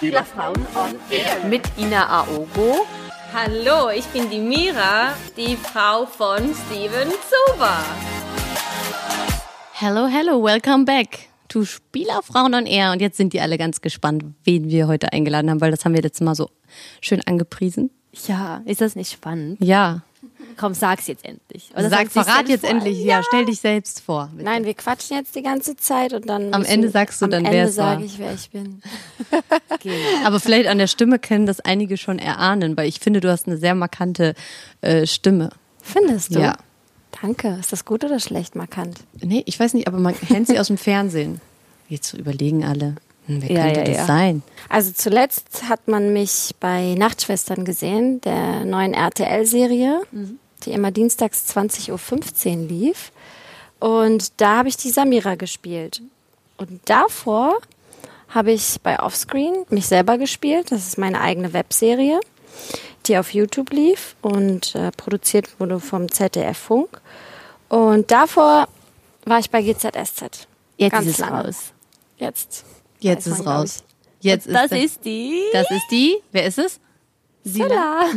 Spielerfrauen on Air mit Ina Aogo. Hallo, ich bin die Mira, die Frau von Steven Zuber. Hello, welcome back to Spielerfrauen on Air. Und jetzt sind die alle ganz gespannt, wen wir heute eingeladen haben, weil das haben wir letztes Mal so schön angepriesen. Ja, ist das nicht spannend? Ja. Komm, sag's jetzt endlich. Oder verrat jetzt endlich. Ja, stell dich selbst vor. Bitte. Nein, wir quatschen jetzt die ganze Zeit und dann am Ende sagst du dann, wer es war. Am Ende sage ich, wer ich bin. Okay. Aber vielleicht an der Stimme können das einige schon erahnen, weil ich finde, du hast eine sehr markante Stimme. Findest du? Ja. Danke. Ist das gut oder schlecht markant? Nee, ich weiß nicht, aber man kennt sie aus dem Fernsehen. Jetzt überlegen alle. Wer könnte das sein? Also zuletzt hat man mich bei Nachtschwestern gesehen, der neuen RTL-Serie, die immer dienstags 20.15 Uhr lief. Und da habe ich die Samira gespielt. Und davor habe ich bei Offscreen mich selber gespielt. Das ist meine eigene Webserie, die auf YouTube lief und produziert wurde vom ZDF Funk. Und davor war ich bei GZSZ. Jetzt ganz ist es lange. raus. Jetzt ist raus. Jetzt das ist die. Das ist die. Wer ist es? Silla.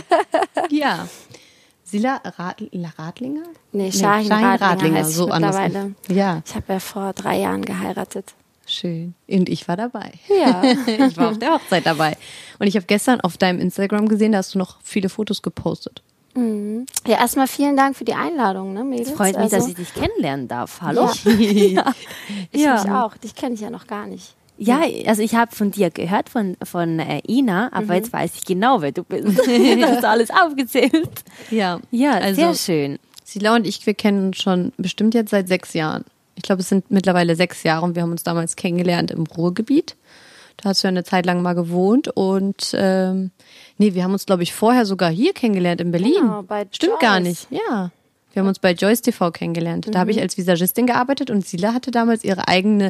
Ja. Silla Radlinger? Nee, Shahin Radlinger heißt so mittlerweile. Ja. Ich habe ja vor 3 Jahren geheiratet. Schön. Und ich war dabei. Ja. Ich war auf der Hochzeit dabei. Und ich habe gestern auf deinem Instagram gesehen, da hast du noch viele Fotos gepostet. Mhm. Ja, erstmal vielen Dank für die Einladung, ne, Mädels? Es freut mich, dass ich dich kennenlernen darf. Hallo. Ja. Ich mich auch. Dich kenne ich ja noch gar nicht. Ja, also ich habe von dir gehört, von Ina, aber jetzt weiß ich genau, wer du bist. Du hast alles aufgezählt. Ja, also, sehr schön. Silla und ich, wir kennen uns schon bestimmt jetzt seit 6 Jahren. Ich glaube, es sind mittlerweile 6 Jahre und wir haben uns damals kennengelernt im Ruhrgebiet. Da hast du ja eine Zeit lang mal gewohnt und wir haben uns, glaube ich, vorher sogar hier kennengelernt in Berlin. Genau, bei Stimmt Joyce. gar nicht, ja. Wir haben uns bei Joyce TV kennengelernt. Da habe ich als Visagistin gearbeitet und Silla hatte damals ihre eigene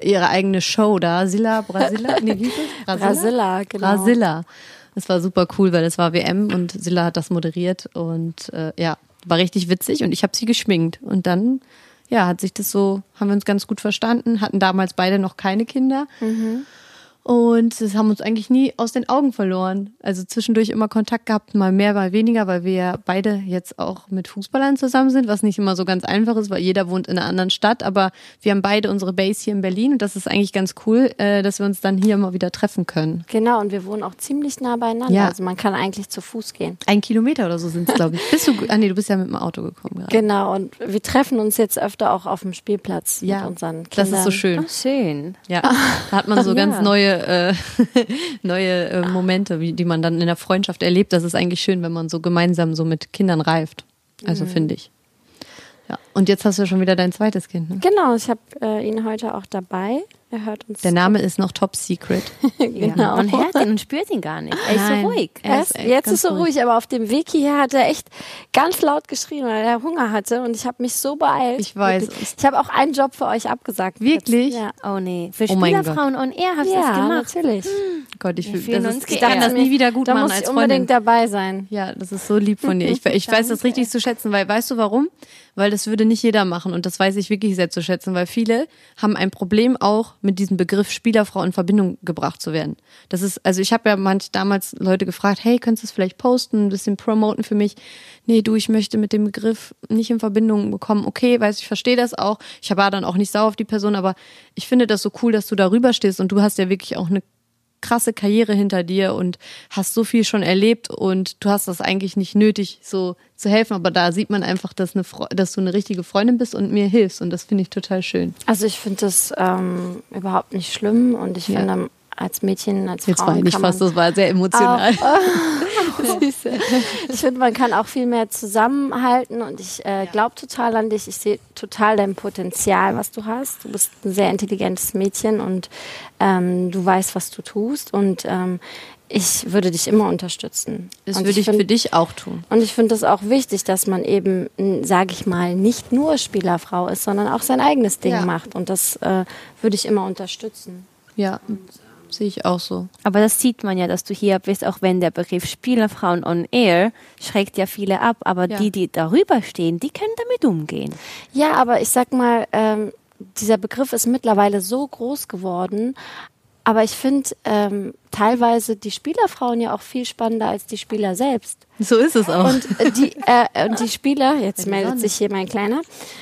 Show da. Silla, Brasilla? Nee, wie hieß es? Brasilla, genau. Brasilla. Das war super cool, weil das war WM und Silla hat das moderiert und war richtig witzig und ich habe sie geschminkt. Und dann, haben wir uns ganz gut verstanden, hatten damals beide noch keine Kinder. Und das haben uns eigentlich nie aus den Augen verloren. Also zwischendurch immer Kontakt gehabt, mal mehr, mal weniger, weil wir ja beide jetzt auch mit Fußballern zusammen sind, was nicht immer so ganz einfach ist, weil jeder wohnt in einer anderen Stadt. Aber wir haben beide unsere Base hier in Berlin und das ist eigentlich ganz cool, dass wir uns dann hier mal wieder treffen können. Genau, und wir wohnen auch ziemlich nah beieinander. Ja. Also man kann eigentlich zu Fuß gehen. 1 Kilometer oder so sind es, glaube ich. Du bist ja mit dem Auto gekommen gerade. Genau, und wir treffen uns jetzt öfter auch auf dem Spielplatz mit unseren Kindern. Das ist so schön. Ach, schön. Ja, da hat man so ganz neue Momente, die man dann in der Freundschaft erlebt. Das ist eigentlich schön, wenn man so gemeinsam so mit Kindern reift. Also finde ich. Ja. Und jetzt hast du schon wieder dein zweites Kind, ne? Genau, ich habe ihn heute auch dabei. Er hört uns. Der Name ist noch Top Secret. Genau. Man hört ihn und spürt ihn gar nicht. Er ist so ruhig. Jetzt ist er ruhig, aber auf dem Weg hierher hat er echt ganz laut geschrien, weil er Hunger hatte und ich habe mich so beeilt. Ich weiß. Wirklich. Ich habe auch einen Job für euch abgesagt. Wirklich? Ja. Oh nee. Für mein Spielerfrauen on Air hast du das gemacht. Natürlich. Gott, ich fühlen uns kann das nie wieder gut da machen muss als ich Freundin. unbedingt dabei sein. Ja, das ist so lieb von dir. Ich weiß das richtig zu schätzen, weil, weißt du warum? Weil das würde nicht jeder machen und das weiß ich wirklich sehr zu schätzen, weil viele haben ein Problem auch mit diesem Begriff Spielerfrau in Verbindung gebracht zu werden. Das ist, also ich habe ja damals Leute gefragt, hey, könntest du es vielleicht posten, ein bisschen promoten für mich? Nee, ich möchte mit dem Begriff nicht in Verbindung bekommen. Okay, ich verstehe das auch. Ich war dann auch nicht sauer auf die Person, aber ich finde das so cool, dass du darüber stehst und du hast ja wirklich auch eine krasse Karriere hinter dir und hast so viel schon erlebt und du hast das eigentlich nicht nötig, so zu helfen, aber da sieht man einfach, dass du eine richtige Freundin bist und mir hilfst und das finde ich total schön. Also ich finde das überhaupt nicht schlimm und ich finde, als Mädchen, als Frau jetzt war ich nicht fast, das war sehr emotional. Ich finde, man kann auch viel mehr zusammenhalten und ich glaube total an dich. Ich sehe total dein Potenzial, was du hast. Du bist ein sehr intelligentes Mädchen und du weißt, was du tust und ich würde dich immer unterstützen. Das würde ich für dich auch tun. Und ich finde es auch wichtig, dass man eben, sage ich mal, nicht nur Spielerfrau ist, sondern auch sein eigenes Ding macht und das würde ich immer unterstützen. Ja, sehe ich auch so. Aber das sieht man ja, dass du hier bist, auch wenn der Begriff Spielerfrauen on Air schreckt ja viele ab, aber die darüber stehen, die können damit umgehen. Ja, aber ich sag mal, dieser Begriff ist mittlerweile so groß geworden, Aber ich finde teilweise die Spielerfrauen ja auch viel spannender als die Spieler selbst. So ist es auch. Und die Spieler, jetzt meldet sich hier mein Kleiner,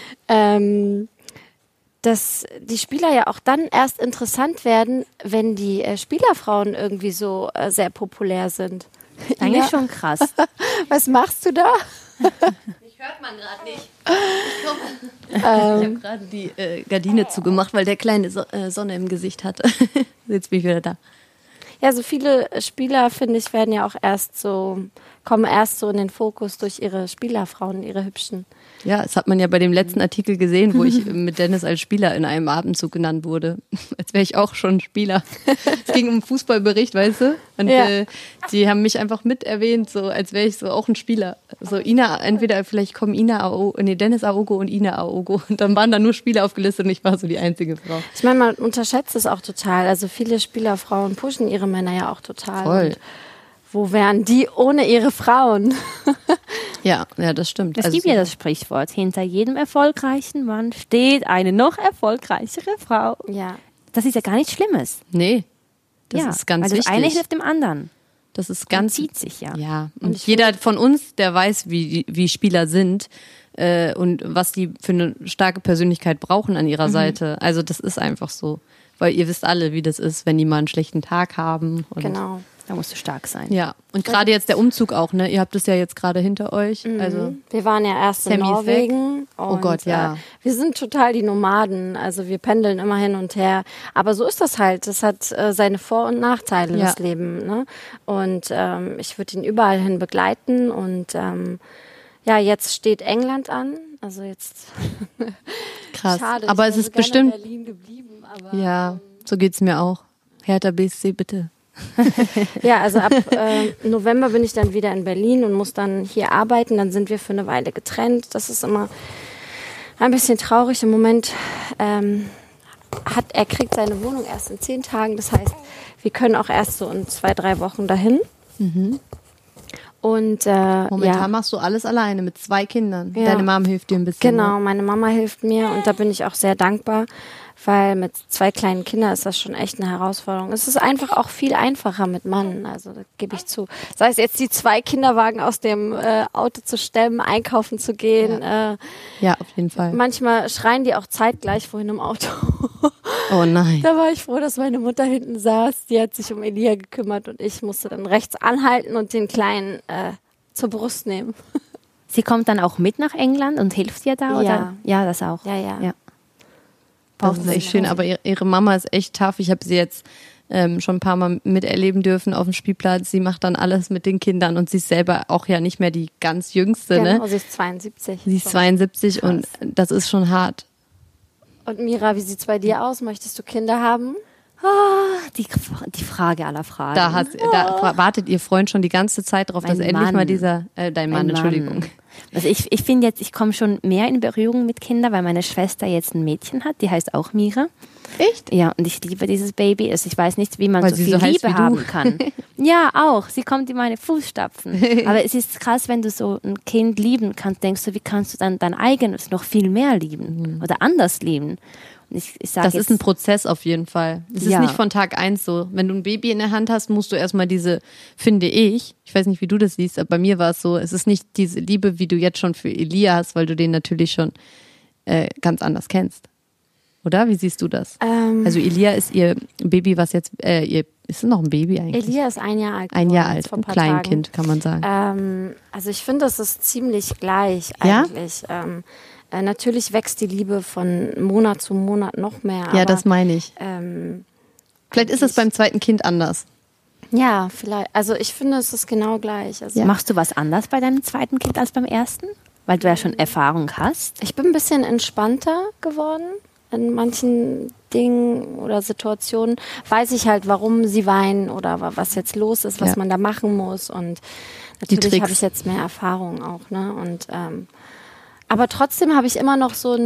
dass die Spieler ja auch dann erst interessant werden, wenn die Spielerfrauen irgendwie so sehr populär sind. Eigentlich schon krass. Was machst du da? Mich hört man gerade nicht. Ich habe gerade die Gardine zugemacht, weil der Kleine Sonne im Gesicht hat. Jetzt bin ich wieder da. Ja, so viele Spieler, finde ich, kommen erst so in den Fokus durch ihre Spielerfrauen, ihre hübschen. Ja, das hat man ja bei dem letzten Artikel gesehen, wo ich mit Dennis als Spieler in einem Atemzug genannt wurde. Als wäre ich auch schon Spieler. Es ging um einen Fußballbericht, weißt du? Und die haben mich einfach mit erwähnt, so als wäre ich so auch ein Spieler. So vielleicht kommen Dennis Aogo und Ina Aogo. Und dann waren da nur Spieler aufgelistet und ich war so die einzige Frau. Ich meine, man unterschätzt es auch total. Also viele Spielerfrauen pushen ihre Männer ja auch total. Voll. Und wo wären die ohne ihre Frauen? Ja, das stimmt. Es gibt ja das Sprichwort, hinter jedem erfolgreichen Mann steht eine noch erfolgreichere Frau. Ja. Das ist ja gar nichts Schlimmes. Nee, das ist ganz wichtig. Das eine hilft dem anderen. Das ist ganz... zieht sich ja. Ja, und jeder von uns, der weiß, wie Spieler sind und was die für eine starke Persönlichkeit brauchen an ihrer Seite. Also das ist einfach so. Weil ihr wisst alle, wie das ist, wenn die mal einen schlechten Tag haben. Und Genau. Da musst du stark sein. Ja, und gerade jetzt der Umzug auch, ne? Ihr habt es ja jetzt gerade hinter euch. Also Wir waren ja erst in Sammy ist Norwegen. weg. Oh Gott, ja. Wir sind total die Nomaden. Also wir pendeln immer hin und her. Aber so ist das halt. Das hat seine Vor- und Nachteile, das Leben. Ne? Und ich würde ihn überall hin begleiten. Und jetzt steht England an. Also jetzt krass. Schade, aber ich es wäre ist so gerne bestimmt... in Berlin geblieben. Aber, Ja, so geht's mir auch. Hertha BSC, bitte. Ja, also ab November bin ich dann wieder in Berlin und muss dann hier arbeiten. Dann sind wir für eine Weile getrennt. Das ist immer ein bisschen traurig. Im Moment kriegt seine Wohnung erst in 10 Tagen. Das heißt, wir können auch erst so in 2-3 Wochen dahin. Und Momentan machst du alles alleine mit 2 Kindern. Ja. Deine Mom hilft dir ein bisschen. Genau, Ne? meine Mama hilft mir und da bin ich auch sehr dankbar, weil mit 2 kleinen Kindern ist das schon echt eine Herausforderung. Es ist einfach auch viel einfacher mit Mann, also da gebe ich zu. Sei es jetzt die 2 Kinderwagen aus dem Auto zu stemmen, einkaufen zu gehen. Ja, auf jeden Fall. Manchmal schreien die auch zeitgleich vorhin im Auto. Oh nein. Da war ich froh, dass meine Mutter hinten saß. Die hat sich um Elia gekümmert und ich musste dann rechts anhalten und den Kleinen zur Brust nehmen. Sie kommt dann auch mit nach England und hilft dir da? Ja. Oder? Ja, das auch. Ja. Das ist echt schön, aber ihre Mama ist echt tough. Ich habe sie jetzt schon ein paar Mal miterleben dürfen auf dem Spielplatz. Sie macht dann alles mit den Kindern und sie ist selber auch ja nicht mehr die ganz Jüngste. Genau, Ne? sie ist 72. Sie ist 72 Krass. und das ist schon hart. Und Mira, wie sieht's bei dir aus? Möchtest du Kinder haben? Die Frage aller Fragen. Da wartet ihr Freund schon die ganze Zeit drauf, dass Mein endlich mal Mann. dein Mann, Entschuldigung. Also ich finde jetzt, ich komme schon mehr in Berührung mit Kindern, weil meine Schwester jetzt ein Mädchen hat, die heißt auch Mira. Echt? Ja, und ich liebe dieses Baby. Also ich weiß nicht, wie man Weil so sie viel so heißt wie Liebe du. haben kann. Ja, auch. Sie kommt in meine Fußstapfen. Aber es ist krass, wenn du so ein Kind lieben kannst, denkst du, wie kannst du dann dein eigenes noch viel mehr lieben oder anders lieben? Und ich sag Das ist ein Prozess auf jeden Fall. Es ist Ja. nicht von Tag 1 so. Wenn du ein Baby in der Hand hast, musst du erstmal finde ich weiß nicht, wie du das siehst, aber bei mir war es so, es ist nicht diese Liebe, wie du jetzt schon für Elia hast, weil du den natürlich schon ganz anders kennst. Oder? Wie siehst du das? Also Elia ist ihr Baby, was jetzt, ist es noch ein Baby eigentlich? Elia ist 1 Jahr alt. Ein Jahr geworden, alt, vor ein ein paar Kleinkind, kann man sagen. Tagen. Also ich finde, das ist ziemlich gleich Ja? eigentlich. Natürlich wächst die Liebe von Monat zu Monat noch mehr. Ja, aber, das meine ich. Vielleicht ist es beim zweiten Kind anders. Ja, vielleicht. Also ich finde, es ist genau gleich. Also Machst du was anders bei deinem zweiten Kind als beim ersten? Weil du ja schon Erfahrung hast. Ich bin ein bisschen entspannter geworden in manchen Dingen oder Situationen. Weiß ich halt, warum sie weinen oder was jetzt los ist, was Ja. man da machen muss. Und Die natürlich Tricks. habe ich jetzt mehr Erfahrung auch. Ne? Und aber trotzdem habe ich immer noch so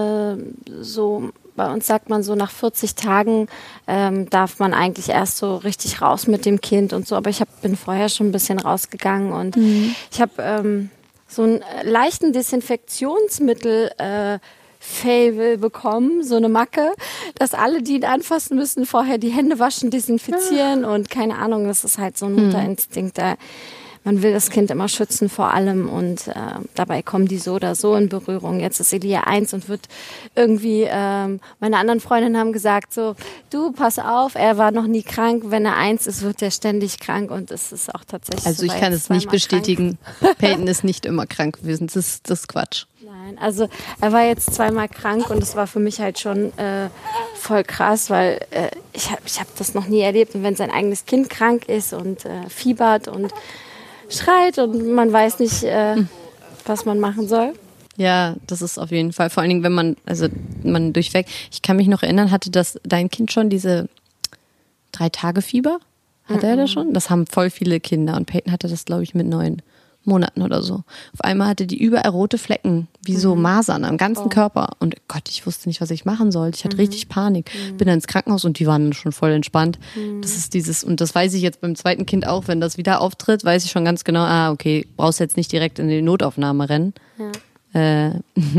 bei uns sagt man so, nach 40 Tagen darf man eigentlich erst so richtig raus mit dem Kind und so. Aber ich bin vorher schon ein bisschen rausgegangen und ich habe so einen leichten Desinfektionsmittel Fable bekommen, so eine Macke, dass alle, die ihn anfassen müssen, vorher die Hände waschen, desinfizieren und keine Ahnung, das ist halt so ein Mutterinstinkt, man will das Kind immer schützen vor allem und dabei kommen die so oder so in Berührung. Jetzt ist Elia 1 und wird irgendwie, meine anderen Freundinnen haben gesagt so, du, pass auf, er war noch nie krank, wenn er 1 ist, wird er ständig krank und es ist auch tatsächlich Also so, ich kann es nicht bestätigen. Peyton ist nicht immer krank gewesen, das ist Quatsch. Nein, also er war jetzt 2-mal krank und es war für mich halt schon voll krass, weil ich hab das noch nie erlebt und wenn sein eigenes Kind krank ist und fiebert und schreit und man weiß nicht, was man machen soll. Ja, das ist auf jeden Fall. Vor allen Dingen, wenn man durchweg. Ich kann mich noch erinnern, hatte das dein Kind schon diese 3-Tage-Fieber? Hatte er das schon? Das haben voll viele Kinder und Peyton hatte das, glaube ich, mit 9 Monaten oder so. Auf einmal hatte die überall rote Flecken, wie so Masern am ganzen Körper. Und Gott, ich wusste nicht, was ich machen sollte. Ich hatte richtig Panik. Bin dann ins Krankenhaus und die waren schon voll entspannt. Das ist dieses, und das weiß ich jetzt beim zweiten Kind auch, wenn das wieder auftritt, weiß ich schon ganz genau, okay, brauchst jetzt nicht direkt in die Notaufnahme rennen. Ja.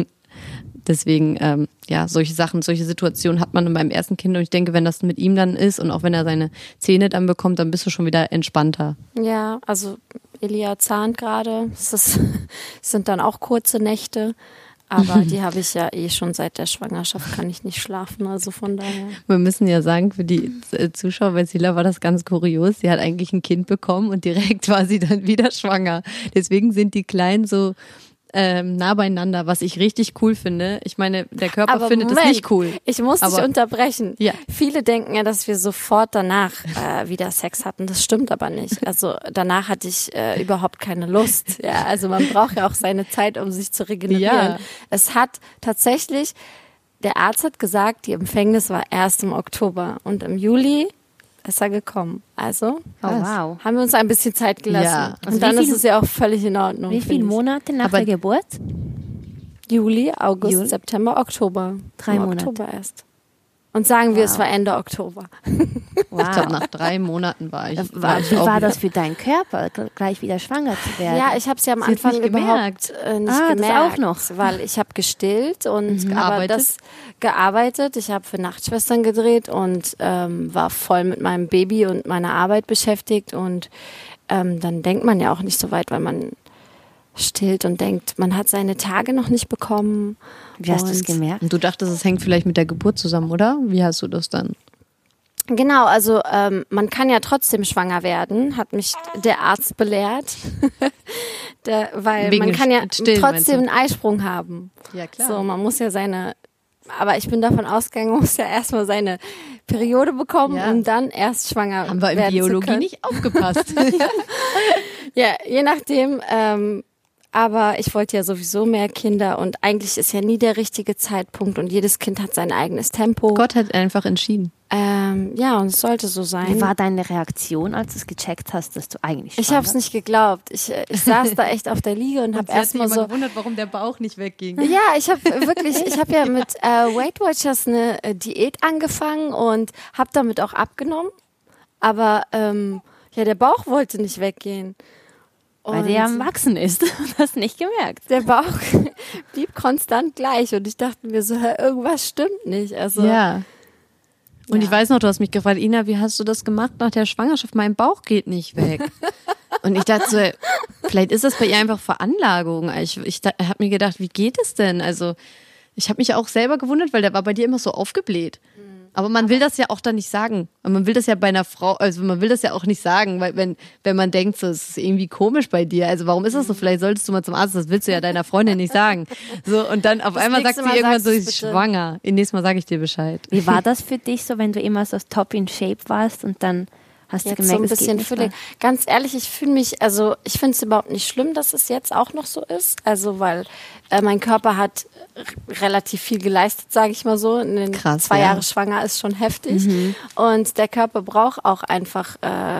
Deswegen, solche Sachen, solche Situationen hat man beim ersten Kind und ich denke, wenn das mit ihm dann ist und auch wenn er seine Zähne dann bekommt, dann bist du schon wieder entspannter. Ja, also Elia zahnt gerade, es sind dann auch kurze Nächte, aber die habe ich ja schon seit der Schwangerschaft, kann ich nicht schlafen, also von daher. Wir müssen ja sagen, für die Zuschauer, bei Sila war das ganz kurios, sie hat eigentlich ein Kind bekommen und direkt war sie dann wieder schwanger. Deswegen sind die Kleinen so nah beieinander, was ich richtig cool finde. Ich meine, der Körper aber findet Moment, es nicht cool. Ich muss dich unterbrechen. Ja. Viele denken ja, dass wir sofort danach wieder Sex hatten. Das stimmt aber nicht. Also danach hatte ich überhaupt keine Lust. Ja, also man braucht ja auch seine Zeit, um sich zu regenerieren. Ja. Es hat tatsächlich, der Arzt hat gesagt, die Empfängnis war erst im Oktober und im Juli ist er gekommen. Also wow. haben wir uns ein bisschen Zeit gelassen. Ja. Also und dann wie viel- ist es ja auch völlig in Ordnung. Wie viele finde ich. Monate nach Aber- der Geburt? Juli, August, Juli. September, Oktober. 3 Im Monate. Oktober erst. Und sagen wir, es war Ende Oktober. Wow. Ich glaube, nach 3 Monaten war ich. Wie auch war wieder- das für deinen Körper, gleich wieder schwanger zu werden? Ja, ich habe es ja am Sie hat's Anfang nicht überhaupt nicht das gemerkt. auch noch. Weil ich habe gestillt und Gearbeitet? gearbeitet. Ich habe für Nachtschwestern gedreht und war voll mit meinem Baby und meiner Arbeit beschäftigt. Und dann denkt man ja auch nicht so weit, weil man stillt und denkt, man hat seine Tage noch nicht bekommen. Wie hast du es Und- gemerkt? Und du dachtest, es hängt vielleicht mit der Geburt zusammen, oder? Wie hast du das dann? Genau, also man kann ja trotzdem schwanger werden, hat mich der Arzt belehrt, weil Wegen man kann ja Stillen, meinst trotzdem du? einen Eisprung haben. Ja, klar. So, man muss ja aber ich bin davon ausgegangen, man muss ja erstmal seine Periode bekommen, Ja. um dann erst schwanger Haben wir in werden zu Biologie können. nicht aufgepasst. Ja, je nachdem. Aber ich wollte ja sowieso mehr Kinder und eigentlich ist ja nie der richtige Zeitpunkt und jedes Kind hat sein eigenes Tempo. Gott hat einfach entschieden. Ja, und es sollte so sein. Wie war deine Reaktion, als du es gecheckt hast, dass du eigentlich Ich schwanger habe es nicht geglaubt. Ich saß da echt auf der Liege und habe erstmal so. gewundert, warum der Bauch nicht wegging. Ja, ich habe ja mit Weight Watchers eine Diät angefangen und habe damit auch abgenommen. Aber der Bauch wollte nicht weggehen. Weil der am Wachsen ist. Du hast nicht gemerkt. Der Bauch blieb konstant gleich und ich dachte mir so, irgendwas stimmt nicht. Also Ja. Und Ja. ich weiß noch, du hast mich gefragt, Ina, wie hast du das gemacht nach der Schwangerschaft? Mein Bauch geht nicht weg. Und ich dachte so, vielleicht ist das bei ihr einfach Veranlagung. Ich habe mir gedacht, wie geht es denn? Also ich habe mich auch selber gewundert, weil der war bei dir immer so aufgebläht. Aber man will das ja auch dann nicht sagen. Und man will das ja bei einer Frau, also man will das ja auch nicht sagen, weil wenn man denkt, so, es ist irgendwie komisch bei dir. Also warum ist das so? Vielleicht solltest du mal zum Arzt, das willst du ja deiner Freundin nicht sagen. So, und dann auf einmal sagt nächste sie Mal irgendwann sagst so, du's ich ist bitte. schwanger. Nächstes Mal sage ich dir Bescheid. Wie war das für dich so, wenn du immer so top in Shape warst und dann hast du jetzt gemerkt, so ein es geht bisschen nicht Füllig. mehr? Ganz ehrlich, ich finde es überhaupt nicht schlimm, dass es jetzt auch noch so ist. Also weil mein Körper hat relativ viel geleistet, sage ich mal so. In den Krass, 2 ja. Jahre schwanger ist schon heftig. Und der Körper braucht auch einfach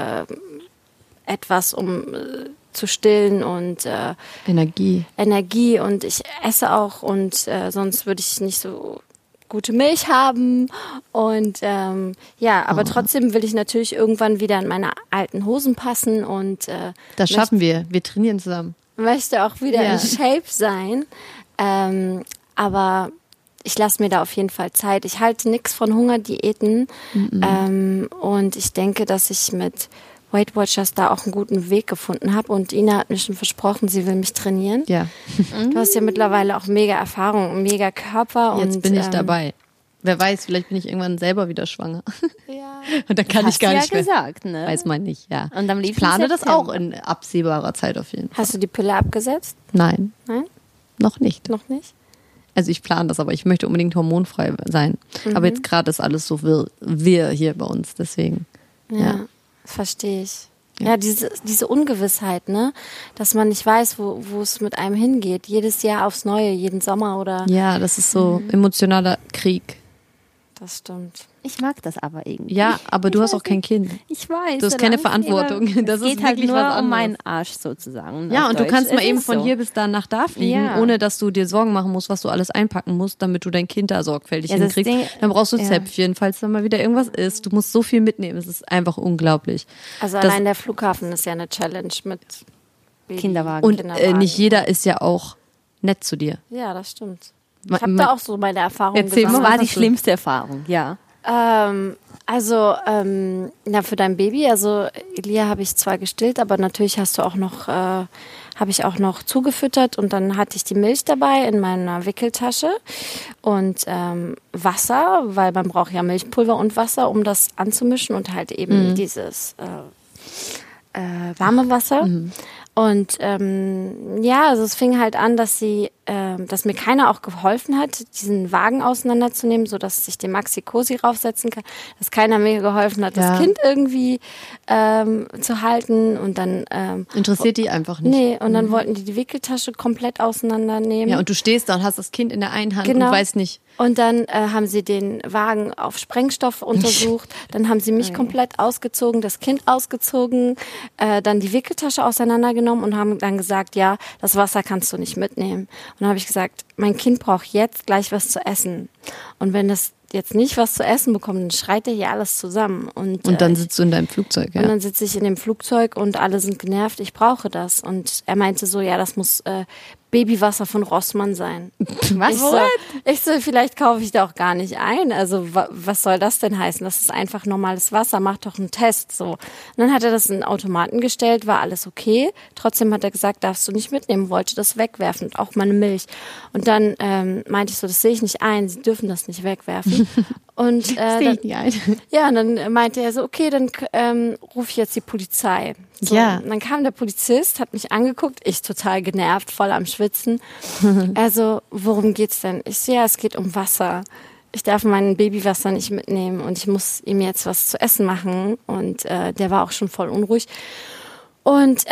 etwas, um zu stillen und Energie. Und ich esse auch und sonst würde ich nicht so gute Milch haben und aber trotzdem will ich natürlich irgendwann wieder in meine alten Hosen passen und Das schaffen wir. Wir trainieren zusammen. möchte auch wieder Ja. in Shape sein. Aber ich lasse mir da auf jeden Fall Zeit. Ich halte nichts von Hungerdiäten und ich denke, dass ich mit Weight Watchers da auch einen guten Weg gefunden habe und Ina hat mir schon versprochen, sie will mich trainieren. Ja. Du hast ja mittlerweile auch mega Erfahrung, mega Körper. Jetzt bin ich dabei. Wer weiß, vielleicht bin ich irgendwann selber wieder schwanger. Ja. Und dann kann ich gar nicht mehr. gesagt, ne? Weiß man nicht, ja. Und am Ich liebsten plane das September. auch in absehbarer Zeit auf jeden Fall. Hast du die Pille abgesetzt? Nein, Nein? noch nicht. Noch nicht? Also ich plane das, aber ich möchte unbedingt hormonfrei sein. Aber jetzt gerade ist alles so wirr hier bei uns, deswegen. Ja, verstehe ich. Ja, diese Ungewissheit, ne? Dass man nicht weiß, wo es mit einem hingeht. Jedes Jahr aufs Neue, jeden Sommer oder... Ja, das ist so emotionaler Krieg. Das stimmt. Ich mag das aber irgendwie. Ja, aber du hast auch kein Kind. Ich weiß. Du hast keine Verantwortung. Das Es geht ist halt wirklich nur was anderes. um meinen Arsch sozusagen. Ja, auf und du Deutsch. kannst mal Es eben ist von so. hier bis da nach da fliegen, Ja. ohne dass du dir Sorgen machen musst, was du alles einpacken musst, damit du dein Kind da sorgfältig Ja, das hinkriegst. Ding- Dann brauchst du ja. Zäpfchen, falls da mal wieder irgendwas ist. Du musst so viel mitnehmen. Es ist einfach unglaublich. Also Das- allein der Flughafen ist ja eine Challenge mit Baby. Kinderwagen. Und Kinderwagen. nicht jeder ist ja auch nett zu dir. Ja, das stimmt. Ma- Ich habe ma- da auch so meine Erfahrungen Erzähl Das mal, gesammelt. war die hast du? schlimmste Erfahrung, ja. Na, für dein Baby, also Elia habe ich zwar gestillt, aber natürlich hast du auch noch, habe ich auch noch zugefüttert und dann hatte ich die Milch dabei in meiner Wickeltasche und Wasser, weil man braucht ja Milchpulver und Wasser, um das anzumischen und halt eben dieses warme Wasser. Und ja, also es fing halt an, dass dass mir keiner auch geholfen hat, diesen Wagen auseinanderzunehmen, so dass ich den Maxi Cosi raufsetzen kann, dass keiner mir geholfen hat, Ja. das Kind irgendwie zu halten und dann Interessiert die einfach nicht. nee, und dann wollten die Wickeltasche komplett auseinandernehmen. Ja, und du stehst da und hast das Kind in der einen Hand Genau. und weißt nicht. Und dann haben sie den Wagen auf Sprengstoff untersucht. Dann haben sie mich komplett ausgezogen, das Kind ausgezogen, dann die Wickeltasche auseinandergenommen und haben dann gesagt, ja, das Wasser kannst du nicht mitnehmen. Und dann habe ich gesagt, mein Kind braucht jetzt gleich was zu essen. Und wenn das jetzt nicht was zu essen bekommt, dann schreit er hier alles zusammen. Und Und dann sitzt du in deinem Flugzeug, und ja. dann sitze ich in dem Flugzeug und alle sind genervt, ich brauche das. Und er meinte so, ja, das muss Babywasser von Rossmann sein. Was? Ich so, vielleicht kaufe ich da auch gar nicht ein. Also was soll das denn heißen? Das ist einfach normales Wasser, mach doch einen Test. So. Und dann hat er das in den Automaten gestellt, war alles okay. Trotzdem hat er gesagt, darfst du nicht mitnehmen, wollte das wegwerfen und auch meine Milch. Und dann meinte ich so, das sehe ich nicht ein, sie dürfen das nicht wegwerfen. Und dann, ja, und dann meinte er so, okay, dann rufe ich jetzt die Polizei. So, Ja. und dann kam der Polizist, hat mich angeguckt, ich total genervt, voll am Schwitzen. Also, worum geht's denn? Ich so, ja, es geht um Wasser. Ich darf mein Babywasser nicht mitnehmen und ich muss ihm jetzt was zu essen machen. Und der war auch schon voll unruhig. Und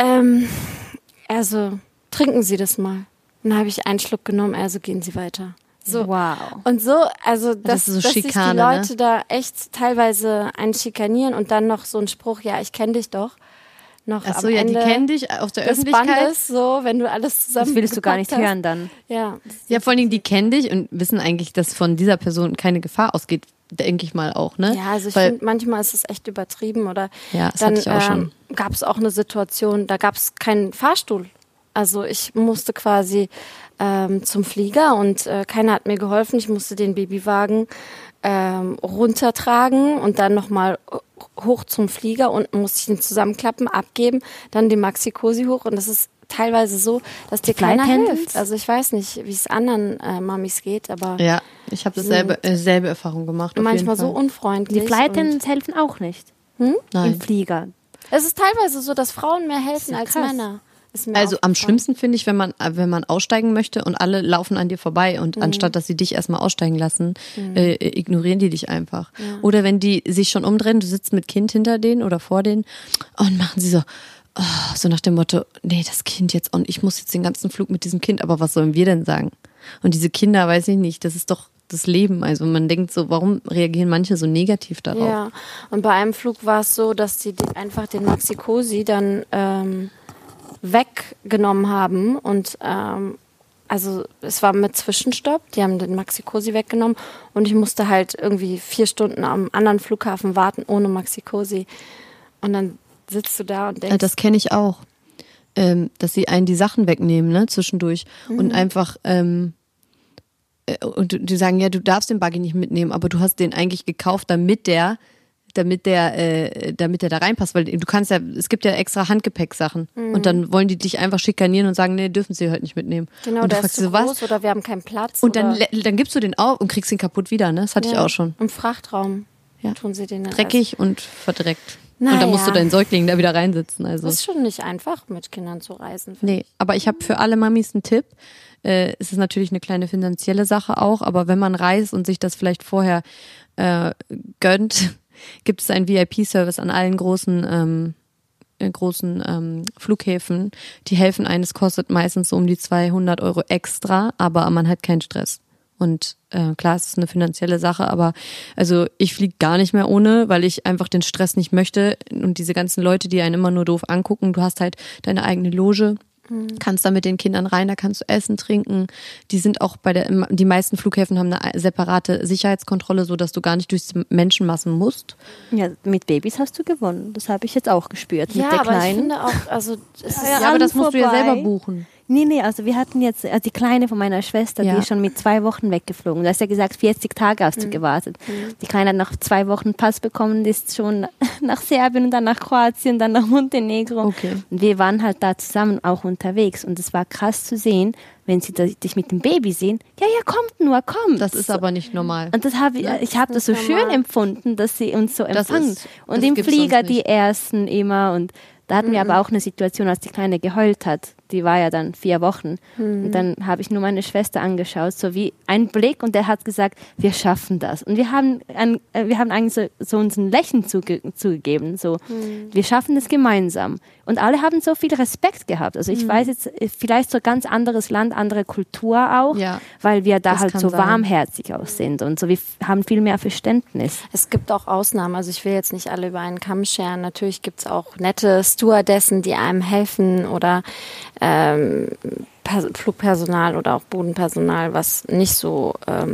also, trinken Sie das mal. Und dann habe ich einen Schluck genommen, also gehen Sie weiter. So. Wow. Und so, also Das ist so dass sich Schikane, die Leute da echt teilweise einen schikanieren und dann noch so ein Spruch, ja, ich kenne dich doch. Noch Ach so, am ja, die Ende kennen dich aus der des Öffentlichkeit. Bandes, so, wenn du alles zusammen Das willst du gar nicht gepackt hast. hören dann. Ja. Ja, vor allen Dingen, die kennen dich und wissen eigentlich, dass von dieser Person keine Gefahr ausgeht, denke ich mal auch, ne? Ja, also ich Weil- finde, manchmal ist es echt übertrieben oder Ja, das dann hatte ich auch schon. gab es auch eine Situation, da gab es keinen Fahrstuhl. Also ich musste quasi zum Flieger und keiner hat mir geholfen. Ich musste den Babywagen runtertragen und dann nochmal hoch zum Flieger und musste ich ihn zusammenklappen, abgeben, dann den Maxi Cosi hoch und das ist teilweise so, dass dir keiner Flight-Handles? hilft. Also ich weiß nicht, wie es anderen Mamis geht, aber Ja, ich habe selbe Erfahrung gemacht. Auf manchmal jeden so Fall. unfreundlich. Die Flight und Attendants helfen auch nicht. Im Nein. Flieger. es ist teilweise so, dass Frauen mehr helfen als krass. Männer. Ist mir Also am aufgefallen. schlimmsten finde ich, wenn man aussteigen möchte und alle laufen an dir vorbei und anstatt, dass sie dich erstmal aussteigen lassen, ignorieren die dich einfach. Oder wenn die sich schon umdrehen, du sitzt mit Kind hinter denen oder vor denen und machen sie so, so nach dem Motto, nee, das Kind jetzt und ich muss jetzt den ganzen Flug mit diesem Kind, aber was sollen wir denn sagen? Und diese Kinder, weiß ich nicht, das ist doch das Leben. Also man denkt so, warum reagieren manche so negativ darauf? Ja, und bei einem Flug war es so, dass die einfach den Maxi Cosi dann weggenommen haben und also es war mit Zwischenstopp, die haben den Maxi Cosi weggenommen und ich musste halt irgendwie 4 Stunden am anderen Flughafen warten ohne Maxi Cosi und dann sitzt du da und denkst, Das kenne ich auch. Dass sie einen die Sachen wegnehmen, ne, zwischendurch und einfach die sagen, ja, du darfst den Buggy nicht mitnehmen, aber du hast den eigentlich gekauft, damit der da reinpasst, weil du kannst ja, es gibt ja extra Handgepäcksachen und dann wollen die dich einfach schikanieren und sagen, nee, dürfen sie halt nicht mitnehmen. Genau, und du der fragst ist zu so, groß oder wir haben keinen Platz. Und dann oder gibst du den auf und kriegst ihn kaputt wieder, ne? Das hatte ich auch schon. Im Frachtraum Ja. tun sie den dann. Dreckig und verdreckt. Und Naja. dann musst du deinen Säugling da wieder reinsitzen. Also. Das ist schon nicht einfach, mit Kindern zu reisen. Nee, aber ich habe für alle Mamis einen Tipp. Es ist natürlich eine kleine finanzielle Sache auch, aber wenn man reist und sich das vielleicht vorher gönnt, gibt es einen VIP-Service an allen großen Flughäfen. Die helfen einen, es kostet meistens so um die 200 € extra, aber man hat keinen Stress. Und klar, es ist eine finanzielle Sache, aber also ich fliege gar nicht mehr ohne, weil ich einfach den Stress nicht möchte. Und diese ganzen Leute, die einen immer nur doof angucken, du hast halt deine eigene Loge, kannst da mit den Kindern rein, da kannst du essen, trinken. Die sind auch die meisten Flughäfen haben eine separate Sicherheitskontrolle, so dass du gar nicht durch Menschenmassen musst. Ja, mit Babys hast du gewonnen. Das habe ich jetzt auch gespürt. Ja, mit der aber ich Kleinen. finde auch, also es ist Ja, aber das musst du ja selber buchen. Nee, also wir hatten jetzt, also die Kleine von meiner Schwester, die ist schon mit 2 Wochen weggeflogen. Du hast ja gesagt, 40 Tage hast du gewartet. Die Kleine hat nach 2 Wochen Pass bekommen, die ist schon nach Serbien und dann nach Kroatien, dann nach Montenegro. Okay. Und wir waren halt da zusammen auch unterwegs und es war krass zu sehen, wenn sie dich mit dem Baby sehen, ja, kommt nur, kommt. Das ist aber nicht normal. Und das ich habe das so schön empfunden, dass sie uns so empfangen. Und das im gibt's Flieger sonst nicht. die Ersten immer. Und da hatten wir aber auch eine Situation, als die Kleine geheult hat. Die war ja dann 4 Wochen. Und dann habe ich nur meine Schwester angeschaut, so wie ein Blick. Und der hat gesagt, wir schaffen das. Und wir haben eigentlich so uns ein Lächeln zugegeben. So, wir schaffen das gemeinsam. Und alle haben so viel Respekt gehabt. Also ich weiß jetzt, vielleicht so ganz anderes Land, andere Kultur auch, Ja, weil wir da das halt kann so sein. warmherzig auch sind. Und so, wir haben viel mehr Verständnis. Es gibt auch Ausnahmen, also ich will jetzt nicht alle über einen Kamm scheren. Natürlich gibt es auch nette Stewardessen, die einem helfen oder Flugpersonal oder auch Bodenpersonal, was nicht so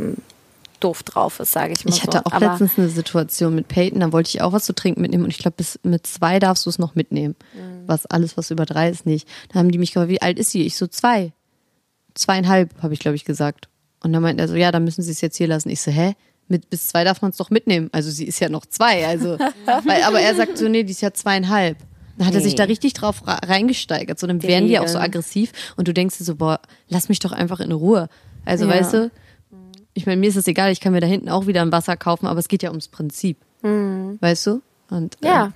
doof drauf ist, sage ich mal. Ich hatte so. auch Aber letztens eine Situation mit Peyton, da wollte ich auch was zu trinken mitnehmen und ich glaube, bis mit 2 darfst du es noch mitnehmen. Was über 3 ist nicht. Da haben die mich gefragt, wie alt ist sie? Ich so 2. 2,5 habe ich, glaube ich, gesagt. Und dann meint er so, ja, dann müssen sie es jetzt hier lassen. Ich so, hä? Bis 2 darf man es doch mitnehmen. Also sie ist ja noch 2. Also, aber er sagt so, nee, die ist ja 2,5. Dann hat er sich da richtig drauf reingesteigert. So, dann werden die auch so aggressiv und du denkst dir so, boah, lass mich doch einfach in Ruhe. Also, weißt du, ich meine, mir ist es egal, ich kann mir da hinten auch wieder ein Wasser kaufen, aber es geht ja ums Prinzip. Weißt du? Und ja,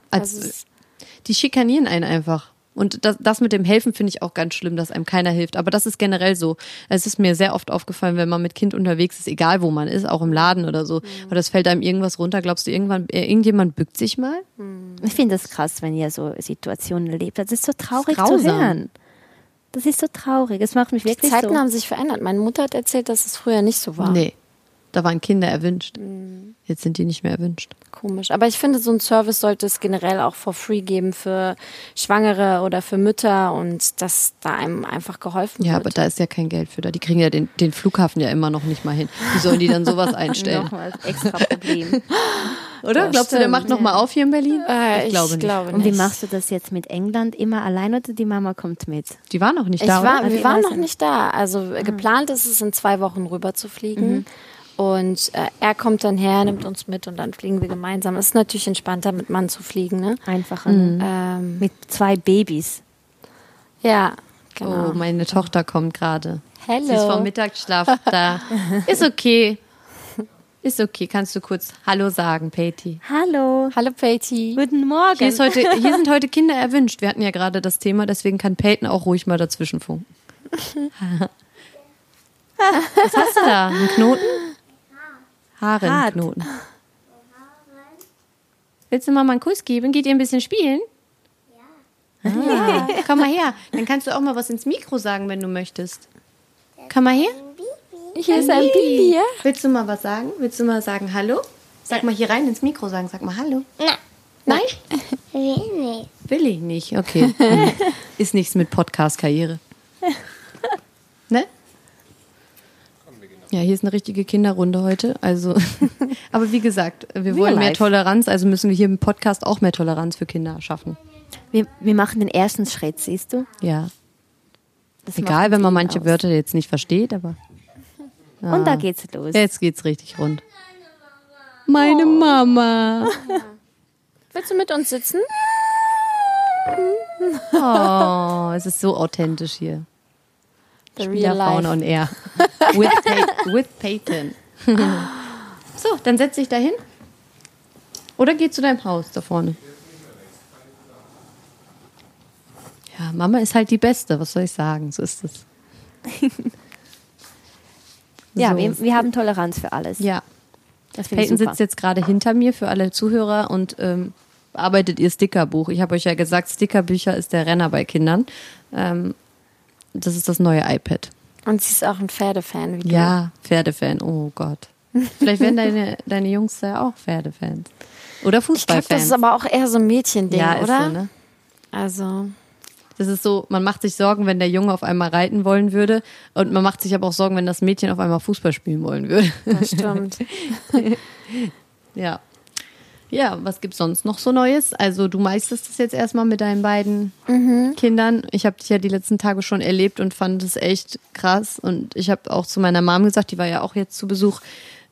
die schikanieren einen einfach. Und das mit dem Helfen finde ich auch ganz schlimm, dass einem keiner hilft. Aber das ist generell so. Es ist mir sehr oft aufgefallen, wenn man mit Kind unterwegs ist, egal wo man ist, auch im Laden oder so, oder es fällt einem irgendwas runter, glaubst du, irgendjemand bückt sich mal? Ich finde das krass, wenn ihr so Situationen erlebt. Das ist so traurig zu grausam. hören. Das ist so traurig. Das macht mich die wirklich Zeiten so. haben sich verändert. Meine Mutter hat erzählt, dass es früher nicht so war. Nee, da waren Kinder erwünscht. Jetzt sind die nicht mehr erwünscht. Komisch. Aber ich finde, so ein Service sollte es generell auch for free geben für Schwangere oder für Mütter und dass da einem einfach geholfen Ja, wird. aber da ist ja kein Geld für da. Die kriegen ja den Flughafen ja immer noch nicht mal hin. Wie sollen die dann sowas einstellen? Nochmal als extra Problem. Oder? Das Glaubst du, der stimmt, macht noch mal auf hier in Berlin? ich glaube nicht. glaube Und wie nicht. machst du das jetzt mit England? Immer allein oder die Mama kommt mit? Die waren noch nicht da, oder? Wir waren noch nicht da. Also geplant ist es, in 2 Wochen rüber zu fliegen. Und er kommt dann her, nimmt uns mit und dann fliegen wir gemeinsam. Es ist natürlich entspannter, mit Mann zu fliegen, ne? Einfacher. Mit 2 Babys. Ja, genau. Oh, meine Tochter kommt gerade. Hello. Sie ist vom Mittagsschlaf da. Ist okay. Ist okay. Kannst du kurz Hallo sagen, Patty? Hallo. Hallo, Patty. Guten Morgen. Hier sind heute Kinder erwünscht. Wir hatten ja gerade das Thema, deswegen kann Peyton auch ruhig mal dazwischen funken. Was hast du da? Ein Knoten? Haarenknoten. Willst du mal einen Kuss geben? Geht ihr ein bisschen spielen? Ja. Komm mal her. Dann kannst du auch mal was ins Mikro sagen, wenn du möchtest. Komm mal her. Hier ist ein Baby, ja? Willst du mal was sagen? Willst du mal sagen Hallo? Sag mal hier rein ins Mikro sagen. Sag mal Hallo. Nein? Will nicht. Will ich nicht. Okay. Ist nichts mit Podcast-Karriere. Ne? Ja, hier ist eine richtige Kinderrunde heute. Also, aber wie gesagt, wir wollen mehr live. Toleranz, also müssen wir hier im Podcast auch mehr Toleranz für Kinder schaffen. Wir machen den ersten Schritt, siehst du? Ja. Das Egal, macht wenn man viel manche aus. Wörter jetzt nicht versteht, aber Und da geht's los. Jetzt geht's richtig rund. Meine Mama. Willst du mit uns sitzen? Oh, es ist so authentisch hier. The real Spielerfrauen life. on air. With Peyton. So, dann setz dich da hin. Oder geh zu deinem Haus da vorne. Ja, Mama ist halt die Beste, was soll ich sagen? So ist es. Ja, So. wir haben Toleranz für alles. Ja. Das finde ich Peyton super. sitzt jetzt gerade hinter mir für alle Zuhörer und bearbeitet ihr Stickerbuch. Ich habe euch ja gesagt, Stickerbücher ist der Renner bei Kindern. Das ist das neue iPad. Und sie ist auch ein Pferdefan. Wie Ja, Pferdefan. Oh Gott. Vielleicht werden deine Jungs ja auch Pferdefans. Oder Ich glaube, Fußballfans. das ist aber auch eher so ein Mädchending, ja, ist oder? so, ne? Also, Das ist so, man macht sich Sorgen, wenn der Junge auf einmal reiten wollen würde. Und man macht sich aber auch Sorgen, wenn das Mädchen auf einmal Fußball spielen wollen würde. das stimmt. Ja. Ja, was gibt's sonst noch so Neues? Also du meisterst es jetzt erstmal mit deinen beiden Kindern. Ich habe dich ja die letzten Tage schon erlebt und fand es echt krass. Und ich habe auch zu meiner Mom gesagt, die war ja auch jetzt zu Besuch,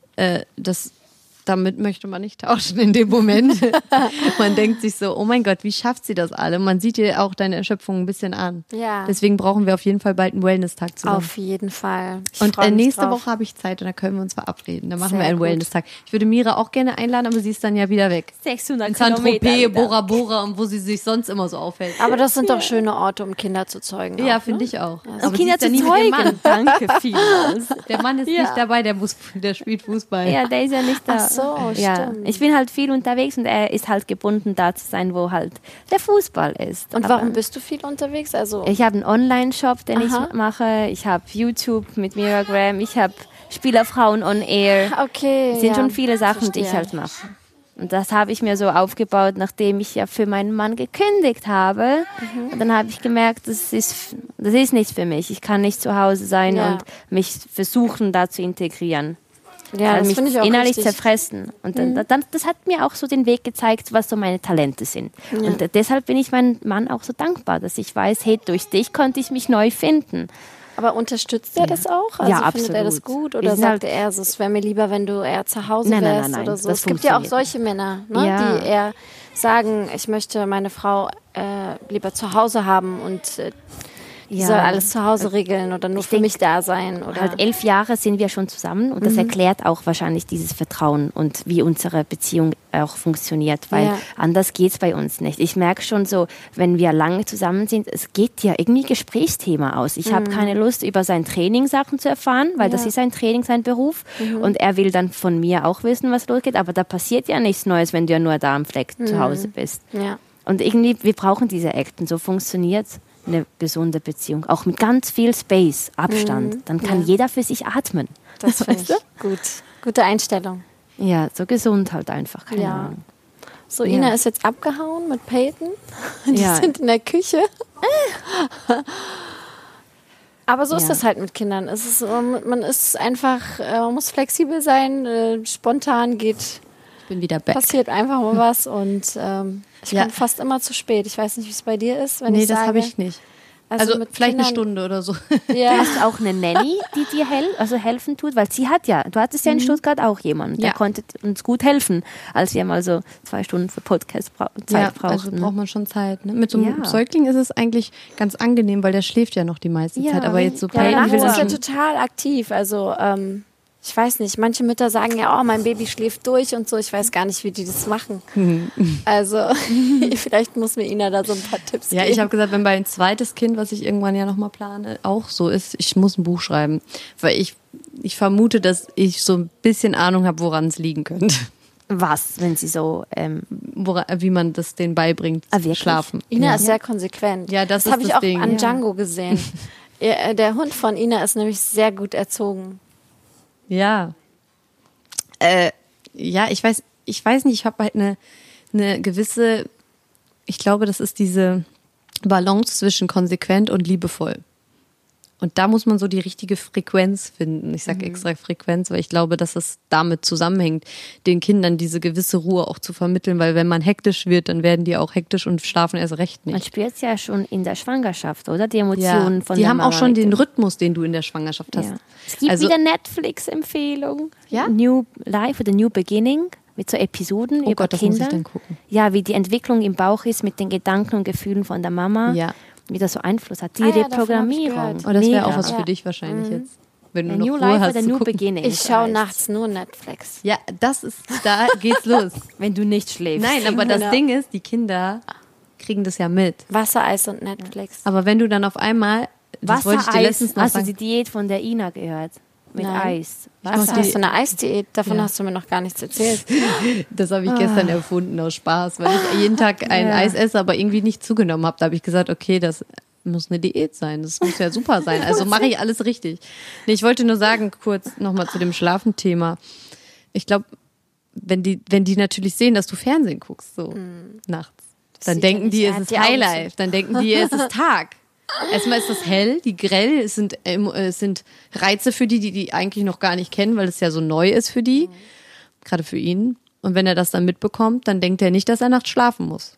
damit möchte man nicht tauschen in dem Moment. Man denkt sich so, oh mein Gott, wie schafft sie das alle? Man sieht ihr auch deine Erschöpfung ein bisschen an. Ja. Deswegen brauchen wir auf jeden Fall bald einen Wellness-Tag zusammen. Auf jeden Fall. Ich Und freu mich nächste drauf. Woche habe ich Zeit und da können wir uns verabreden. Da machen Sehr wir einen gut. Wellness-Tag. Ich würde Mira auch gerne einladen, aber sie ist dann ja wieder weg. 600 In Saint-Tropez, Kilometer. Bora Bora und wo sie sich sonst immer so aufhält. Aber das sind doch schöne Orte, um Kinder zu zeugen. Ja, auch, finde ne? ich auch. Um Aber sie Kinder ist ja zu nie mit ihrem zeugen. Mann. Danke vielmals. Der Mann ist Ja. nicht dabei, der spielt Fußball. Ja, der ist ja nicht da. Ach so, ja. stimmt. Ich bin halt viel unterwegs und er ist halt gebunden, da zu sein, wo halt der Fußball ist. Und Aber warum bist du viel unterwegs? Also, ich habe einen Online-Shop, den Aha. ich mache. Ich habe YouTube mit Miragram. Ich habe Spielerfrauen on Air. okay. Es sind ja, schon viele Sachen, die ich verstehe. halt mache. Und das habe ich mir so aufgebaut, nachdem ich ja für meinen Mann gekündigt habe. Mhm. Und dann habe ich gemerkt, das ist nichts für mich. Ich kann nicht zu Hause sein Ja. und mich versuchen, da zu integrieren. Ja, Weil das mich finde ich auch innerlich richtig. zerfressen. Und dann, das hat mir auch so den Weg gezeigt, was so meine Talente sind. Und deshalb bin ich meinem Mann auch so dankbar, dass ich weiß, hey, durch dich konnte ich mich neu finden. Aber unterstützt er das auch? Also Ja, findet er das absolut. gut? Wir Oder sind sagt halt- er, so, es wäre mir lieber, wenn du eher zu Hause Nein, wärst nein, oder so? das Es gibt ja auch funktioniert solche Männer, ne, Ja. die eher sagen, ich möchte meine Frau lieber zu Hause haben und die soll alles zu Hause regeln oder nur für mich da sein. Oder Halt 11 Jahre sind wir schon zusammen und das erklärt auch wahrscheinlich dieses Vertrauen und wie unsere Beziehung auch funktioniert, weil Ja. anders geht's bei uns nicht. Ich merke schon so, wenn wir lange zusammen sind, es geht ja irgendwie Gesprächsthema aus. Ich habe keine Lust, über sein Training Sachen zu erfahren, weil das ist sein Training, sein Beruf und er will dann von mir auch wissen, was losgeht, aber da passiert ja nichts Neues, wenn du ja nur da am Fleck zu Hause bist. ja. Und irgendwie, wir brauchen diese Akten, so funktioniert eine gesunde Beziehung. Auch mit ganz viel Space, Abstand. Dann kann jeder für sich atmen. Das finde ich gut. Gute Einstellung. Ja, so gesund halt einfach, keine Ja. Ahnung. So, Ja. Ina ist jetzt abgehauen mit Peyton. Die Ja. sind in der Küche. Aber so ist Ja. das halt mit Kindern. Es ist, man ist einfach, man muss flexibel sein, spontan Ich bin wieder back. passiert einfach mal was und ich Ja. komme fast immer zu spät. Ich weiß nicht, wie es bei dir ist, wenn Nee, ich das sage. habe ich nicht. Also mit vielleicht eine Kindern- Stunde oder so. Ja. Du hast auch eine Nanny, die dir helfen tut, weil du hattest ja in Stuttgart auch jemanden, der Ja. konnte uns gut helfen, als wir mal so 2 Stunden für Podcast Zeit brauchten. Also braucht man schon Zeit. Ne? Mit so einem Ja. Säugling ist es eigentlich ganz angenehm, weil der schläft ja noch die meiste Ja. Zeit. Aber jetzt so Ja, Peyton nachts will ist dann ja schon... total aktiv. Also, ich weiß nicht, manche Mütter sagen ja, oh, mein Baby schläft durch und so. Ich weiß gar nicht, wie die das machen. Also, vielleicht muss mir Ina da so ein paar Tipps Ja, geben. ich habe gesagt, wenn mein zweites Kind, was ich irgendwann ja nochmal plane, auch so ist, ich muss ein Buch schreiben. Weil ich vermute, dass ich so ein bisschen Ahnung habe, woran es liegen könnte. Was, wenn sie so, Wie man das denen beibringt, wirklich? schlafen. Ina ist sehr konsequent. Ja, das ist habe ich das auch Ding. an Ja. Django gesehen. Der Hund von Ina ist nämlich sehr gut erzogen. Ja. Ja, ich weiß nicht, ich habe halt eine gewisse, ich glaube, das ist diese Balance zwischen konsequent und liebevoll. Und da muss man so die richtige Frequenz finden. Ich sage extra Frequenz, weil ich glaube, dass es damit zusammenhängt, den Kindern diese gewisse Ruhe auch zu vermitteln, weil wenn man hektisch wird, dann werden die auch hektisch und schlafen erst recht Man nicht. spürt es ja schon in der Schwangerschaft, oder? Die Emotionen von die der haben Mama auch schon den mit dem- Rhythmus, den du in der Schwangerschaft hast. Ja. Es gibt Also- wieder Netflix-Empfehlung. Ja? New Life oder New Beginning mit so Episoden Oh über Gott, das muss Kinder. ich dann gucken. Ja, wie die Entwicklung im Bauch ist mit den Gedanken und Gefühlen von der Mama. Ja. Wie das so Einfluss hat. Die Ah ja, davon hab ich Reprogrammierung. gehört. Oh, das wäre auch Mega. was für dich wahrscheinlich jetzt. Wenn du New noch Ruhe Life hast oder zu New gucken. Beginning. Ich so schaue heißt. nachts nur Netflix. Ja, da geht's los. Wenn du nicht schläfst. Nein, aber das Genau. Ding ist, die Kinder kriegen das ja mit. Wassereis und Netflix. Aber wenn du dann auf einmal, das wollte ich dir Wassereis. letztens noch Hast du die sagen, Diät von der Ina gehört? Mit Nein. Eis. Was mach die- hast du eine Eisdiät? Davon Ja. hast du mir noch gar nichts erzählt. das habe ich gestern erfunden aus Spaß, weil ich jeden Tag ein Eis esse, aber irgendwie nicht zugenommen habe. Da habe ich gesagt, okay, das muss eine Diät sein. Das muss ja super sein. Also mache ich alles richtig. Nee, ich wollte nur sagen, kurz nochmal zu dem Schlafenthema. Ich glaube, wenn die natürlich sehen, dass du Fernsehen guckst, so nachts, dann sieht denken ja die, nicht, es er ist hat die Augen Highlife. Dann denken die, es ist Tag. Erstmal ist das hell, die grell, es sind Reize für die eigentlich noch gar nicht kennen, weil es ja so neu ist für die, gerade für ihn. Und wenn er das dann mitbekommt, dann denkt er nicht, dass er nachts schlafen muss.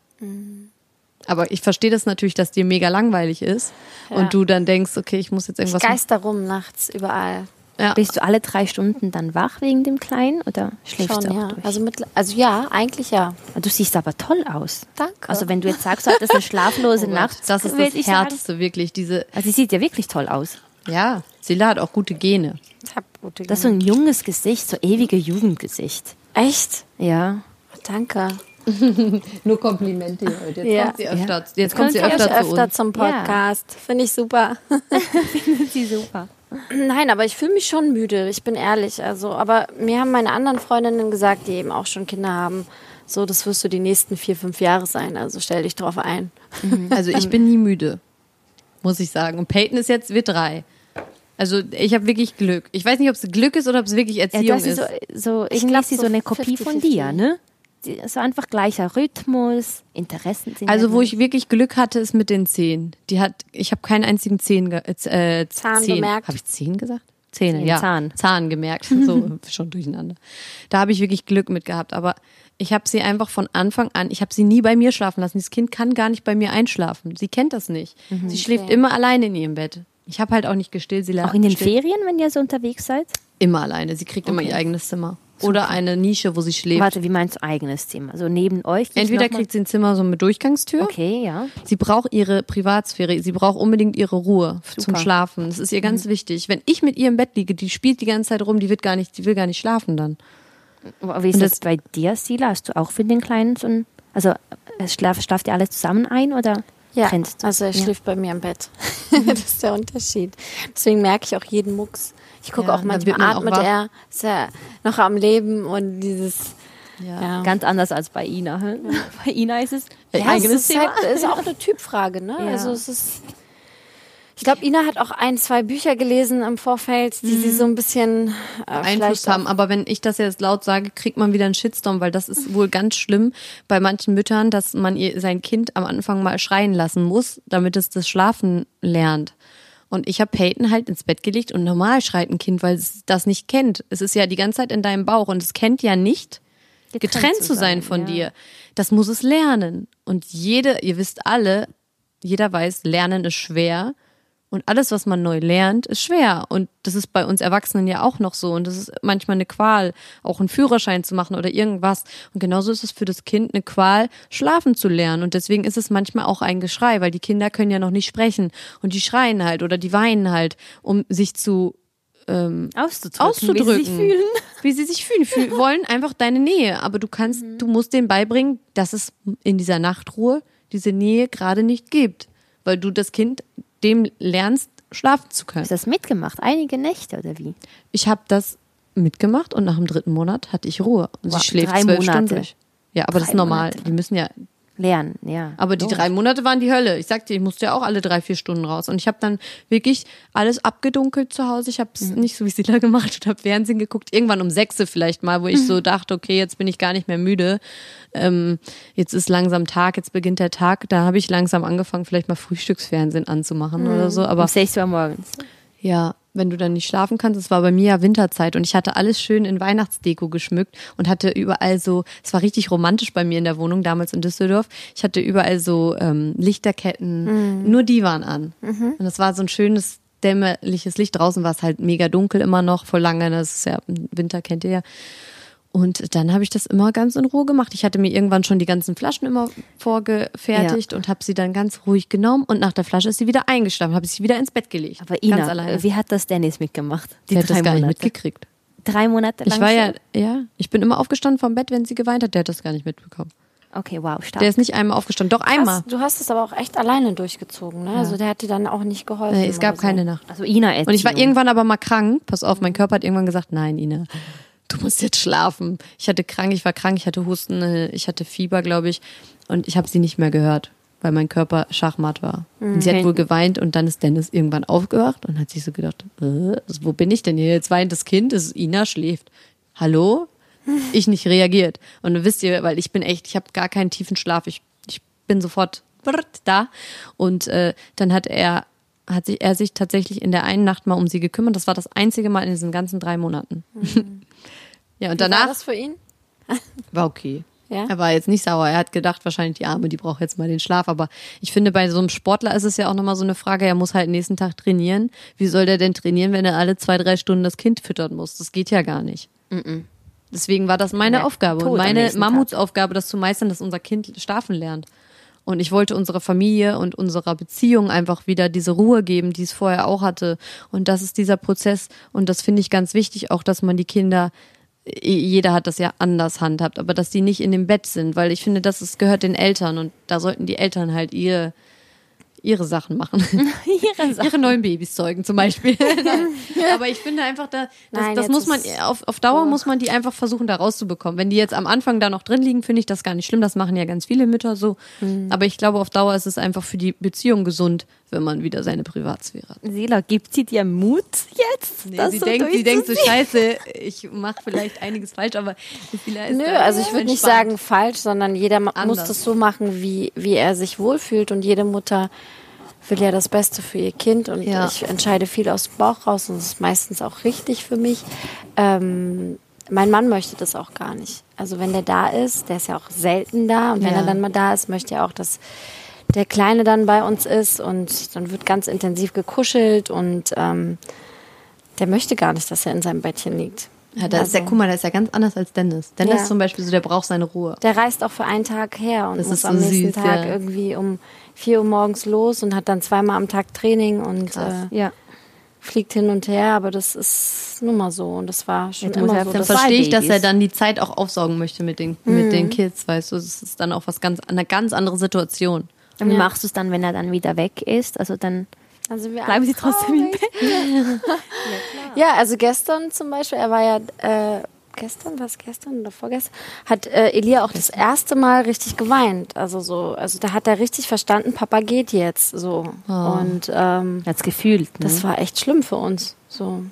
Aber ich verstehe das natürlich, dass dir mega langweilig ist und du dann denkst, okay, ich muss jetzt Ich irgendwas machen. geister rum nachts überall. Ja. Bist du alle 3 Stunden dann wach wegen dem Kleinen oder schläfst Schon, du auch ja. durch? Also ja, eigentlich ja. Du siehst aber toll aus. Danke. Also wenn du jetzt sagst, du hattest eine schlaflose Nacht, Das ist würd das ich sagen. Härteste, wirklich. Also sie sieht ja wirklich toll aus. Ja, Silla hat auch gute Gene. Ich hab gute Das ist so ein junges Gesicht, so ewige Jugendgesicht. Echt? Ja. Danke. Nur Komplimente heute. Jetzt Ja. kommt sie öfter, Ja. jetzt kommt sie Ich öfter zu öfter uns. zum Podcast. Finde ich super. Sie super. Nein, aber ich fühle mich schon müde, ich bin ehrlich. Also, aber mir haben meine anderen Freundinnen gesagt, die eben auch schon Kinder haben, so, das wirst du die nächsten 4, 5 Jahre sein. Also stell dich drauf ein. Also ich bin nie müde, muss ich sagen. Und Peyton wird 3. Also ich habe wirklich Glück. Ich weiß nicht, ob es Glück ist oder ob es wirklich Ja, Erziehung das ist. ist so irgendwie glaub, ist sie so so eine Kopie von 50-50. dir, ne? So einfach gleicher Rhythmus, Interessen sind Also ja wo ich wirklich Glück hatte, ist mit den Zähnen. Ich habe keinen einzigen Zahn bemerkt. Habe ich Zehen gesagt? Zähne, Zehen, ja. Zahn. Zahn gemerkt. So, schon durcheinander. Da habe ich wirklich Glück mit gehabt. Aber ich habe sie einfach von Anfang an, ich habe sie nie bei mir schlafen lassen. Dieses Kind kann gar nicht bei mir einschlafen. Sie kennt das nicht. Sie schläft immer alleine in ihrem Bett. Ich habe halt auch nicht gestillt. Sie auch in den stillt Ferien, wenn ihr so unterwegs seid? immer alleine. Sie kriegt immer ihr eigenes Zimmer. Oder eine Nische, wo sie schläft. Warte, wie meinst du eigenes Zimmer? Also neben euch? gibt's Entweder noch mal- kriegt sie ein Zimmer so mit Durchgangstür. Okay, ja. Sie braucht ihre Privatsphäre, sie braucht unbedingt ihre Ruhe zum Schlafen. Das ist ihr ganz wichtig. Wenn ich mit ihr im Bett liege, die spielt die ganze Zeit rum, die will gar nicht schlafen dann. Wie ist Und das das- bei dir, Sila? Hast du auch für den Kleinen so ein, also schlaft ihr alle zusammen ein oder Ja, trennst du? also er Ja. schläft bei mir im Bett. Das ist der Unterschied. Deswegen merke ich auch jeden Mucks. Ich gucke Ja, auch da manchmal, wird man auch atmet wach. er, ist er noch am Leben und dieses, ja. Ganz anders als bei Ina. Hä? Bei Ina ist es Ja, es eigenes ist, Zimmer. halt, ist auch eine Typfrage, ne? Ja. Also es ist, ich glaube, Ina hat auch 1, 2 Bücher gelesen im Vorfeld, die sie so ein bisschen Einfluss vielleicht haben. Aber wenn ich das jetzt laut sage, kriegt man wieder einen Shitstorm, weil das ist wohl ganz schlimm bei manchen Müttern, dass man sein Kind am Anfang mal schreien lassen muss, damit es das Schlafen lernt. Und ich habe Peyton halt ins Bett gelegt und normal schreit ein Kind, weil es das nicht kennt. Es ist ja die ganze Zeit in deinem Bauch und es kennt ja nicht, getrennt zu sein von dir. Das muss es lernen. Und ihr wisst alle, jeder weiß, Lernen ist schwer. Und alles, was man neu lernt, ist schwer. Und das ist bei uns Erwachsenen ja auch noch so. Und das ist manchmal eine Qual, auch einen Führerschein zu machen oder irgendwas. Und genauso ist es für das Kind eine Qual, schlafen zu lernen. Und deswegen ist es manchmal auch ein Geschrei, weil die Kinder können ja noch nicht sprechen. Und die schreien halt oder die weinen halt, um sich zu auszudrücken, wie sie sich fühlen. Wollen einfach deine Nähe. Aber du musst denen beibringen, dass es in dieser Nachtruhe diese Nähe gerade nicht gibt. Weil du das Kind dem lernst, schlafen zu können. Hast du das mitgemacht? Einige Nächte oder wie? Ich habe das mitgemacht und nach dem 3. Monat hatte ich Ruhe. Und Wow, sie schläft 3 12 Monate. Stunden durch. Ja, aber das ist 3 normal. Monate. Die müssen ja Lernen, ja. Aber die 3 Monate waren die Hölle. Ich sagte, ich musste ja auch alle 3-4 Stunden raus. Und ich habe dann wirklich alles abgedunkelt zu Hause. Ich habe es nicht so wie Sila gemacht und habe Fernsehen geguckt. Irgendwann um 6 vielleicht mal, wo ich so dachte, okay, jetzt bin ich gar nicht mehr müde. Jetzt ist langsam Tag, jetzt beginnt der Tag. Da habe ich langsam angefangen, vielleicht mal Frühstücksfernsehen anzumachen oder so. Aber Um 6 Uhr morgens. ja, wenn du dann nicht schlafen kannst, es war bei mir ja Winterzeit und ich hatte alles schön in Weihnachtsdeko geschmückt und hatte überall so, es war richtig romantisch bei mir in der Wohnung, damals in Düsseldorf, ich hatte überall so Lichterketten, nur die waren an. Und das war so ein schönes dämmerliches Licht, draußen war es halt mega dunkel immer noch, voll lange, das ist ja Winter, kennt ihr ja. Und dann habe ich das immer ganz in Ruhe gemacht. Ich hatte mir irgendwann schon die ganzen Flaschen immer vorgefertigt und habe sie dann ganz ruhig genommen. Und nach der Flasche ist sie wieder eingeschlafen, habe sie wieder ins Bett gelegt. Aber Ina, ganz alleine. wie hat das Dennis mitgemacht? Die hat das gar nicht mitgekriegt. 3 Monate lang? Ich war ich bin immer aufgestanden vom Bett, wenn sie geweint hat. Der hat das gar nicht mitbekommen. Okay, wow, stark. Der ist nicht einmal aufgestanden, doch einmal. Du hast es aber auch echt alleine durchgezogen, ne? Also der hat dir dann auch nicht geholfen. Nee, es gab oder so. keine Nacht. Also Ina Und ich war irgendwann aber mal krank. Pass auf, mein Körper hat irgendwann gesagt, nein, Ina, du musst jetzt schlafen. Ich war krank, ich hatte Husten, ich hatte Fieber, glaube ich. Und ich habe sie nicht mehr gehört, weil mein Körper schachmatt war. Und sie hat wohl geweint und dann ist Dennis irgendwann aufgewacht und hat sich so gedacht, wo bin ich denn hier? Jetzt weint das Kind, Ina schläft. Hallo? Ich nicht reagiert. Und wisst ihr, weil ich habe gar keinen tiefen Schlaf. Ich bin sofort da. Und dann hat er sich tatsächlich in der einen Nacht mal um sie gekümmert. Das war das einzige Mal in diesen ganzen 3 Monaten. Ja, und Wie war danach das für ihn? war okay. Ja? Er war jetzt nicht sauer. Er hat gedacht, wahrscheinlich die Arme, die braucht jetzt mal den Schlaf. Aber ich finde, bei so einem Sportler ist es ja auch nochmal so eine Frage, er muss halt nächsten Tag trainieren. Wie soll der denn trainieren, wenn er alle 2-3 Stunden das Kind füttern muss? Das geht ja gar nicht. Deswegen war das meine Aufgabe und tot am meine nächsten Tag. Mammutsaufgabe, das zu meistern, dass unser Kind schlafen lernt. Und ich wollte unserer Familie und unserer Beziehung einfach wieder diese Ruhe geben, die es vorher auch hatte. Und das ist dieser Prozess. Und das finde ich ganz wichtig, auch, dass man die Kinder, jeder hat das ja anders handhabt, aber dass die nicht in dem Bett sind, weil ich finde, gehört den Eltern und da sollten die Eltern halt ihre Sachen machen. Ihre neuen Babys zeugen zum Beispiel. Aber ich finde einfach, das muss man, auf Dauer muss man die einfach versuchen, da rauszubekommen. Wenn die jetzt am Anfang da noch drin liegen, finde ich das gar nicht schlimm. Das machen ja ganz viele Mütter so. Aber ich glaube, auf Dauer ist es einfach für die Beziehung gesund, wenn man wieder seine Privatsphäre hat. Sila, gibt sie dir Mut jetzt? Nee, das sie so denkt so, scheiße, ich mache vielleicht einiges falsch, aber Sila ist Nö, da also ich würde nicht entspannt. sagen falsch, sondern jeder muss Anders. das so machen, wie er sich wohlfühlt und jede Mutter will ja das Beste für ihr Kind und Ja. ich entscheide viel aus dem Bauch raus und das ist meistens auch richtig für mich. Mein Mann möchte das auch gar nicht. Also wenn der da ist, der ist ja auch selten da und wenn Ja. er dann mal da ist, möchte er auch, dass der Kleine dann bei uns ist und dann wird ganz intensiv gekuschelt und der möchte gar nicht, dass er in seinem Bettchen liegt. Ja, guck mal, der ist ja ganz anders als Dennis. Dennis Ja. zum Beispiel, der braucht seine Ruhe. Der reist auch für einen Tag her und Das muss ist am so nächsten süß, Tag ja. irgendwie um 4 Uhr morgens los und hat dann 2-mal am Tag Training und Ja. fliegt hin und her, aber das ist nun mal so und das war schon Jetzt muss immer er so. dann Dann dass- verstehe ich, dass Babys. er dann die Zeit auch aufsaugen möchte mit den Kids, weißt du. Das ist dann auch eine ganz andere Situation. Und wie Ja. machst du es dann, wenn er dann wieder weg ist? Also dann Dann sind wir bleiben alle sie trotzdem im traurig. Bett. Ja, also gestern zum Beispiel, er war ja gestern oder vorgestern, hat Elia auch das erste Mal richtig geweint. Also da hat er richtig verstanden, Papa geht jetzt so. Und Hat's gefühlt. Ne? das war echt schlimm für uns. So.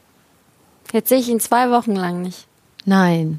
Jetzt sehe ich ihn 2 Wochen lang nicht. Nein.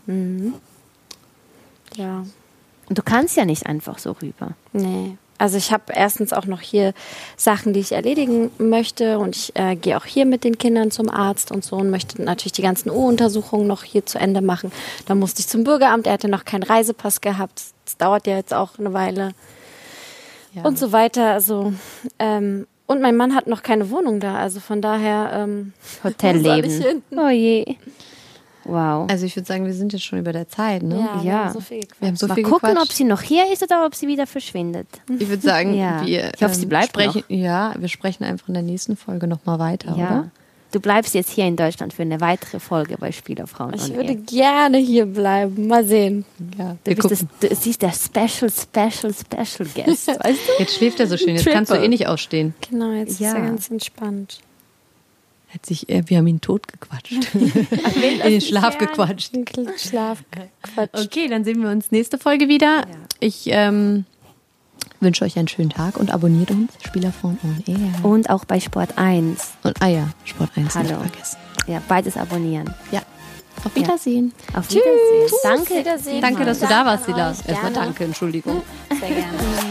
Ja. Und du kannst ja nicht einfach so rüber. Nee. Also ich habe erstens auch noch hier Sachen, die ich erledigen möchte und ich gehe auch hier mit den Kindern zum Arzt und so und möchte natürlich die ganzen U-Untersuchungen noch hier zu Ende machen. Dann musste ich zum Bürgeramt, er hatte noch keinen Reisepass gehabt. Das dauert ja jetzt auch eine Weile Ja. und so weiter. Also und mein Mann hat noch keine Wohnung da, also von daher wo soll ich Hotelleben. hin? Oh je. Wow. Also ich würde sagen, wir sind jetzt schon über der Zeit, ne? Ja, wir Ja. haben so viel gequatscht. Wir haben so Mal viel gucken, ob gequatscht. sie noch hier ist oder ob sie wieder verschwindet. Ich würde sagen, Ja. wir Ich hoffe, sie bleibt sprechen, ja, wir sprechen einfach in der nächsten Folge nochmal weiter, Ja. oder? Du bleibst jetzt hier in Deutschland für eine weitere Folge bei Spielerfrauen. Ich on würde Air. gerne hier bleiben. Mal sehen. Ja. Du siehst der Special Guest, weißt du? Jetzt schläft er so schön, jetzt kannst du Triple. nicht ausstehen. Genau, jetzt Ja. ist er ganz entspannt. Wir haben ihn tot gequatscht. In den Schlaf gequatscht. Schlaf. Quatsch. Okay, dann sehen wir uns nächste Folge wieder. Ich wünsche euch einen schönen Tag und abonniert uns, Spielerfrauen on Air. Und auch bei Sport 1. Und Sport 1 nicht vergessen. Ja, beides abonnieren. Ja. Auf Wiedersehen. Auf Wiedersehen. Danke. Danke, dass du da warst, Sila. euch. Erstmal Gerne. danke, Entschuldigung. Sehr gerne.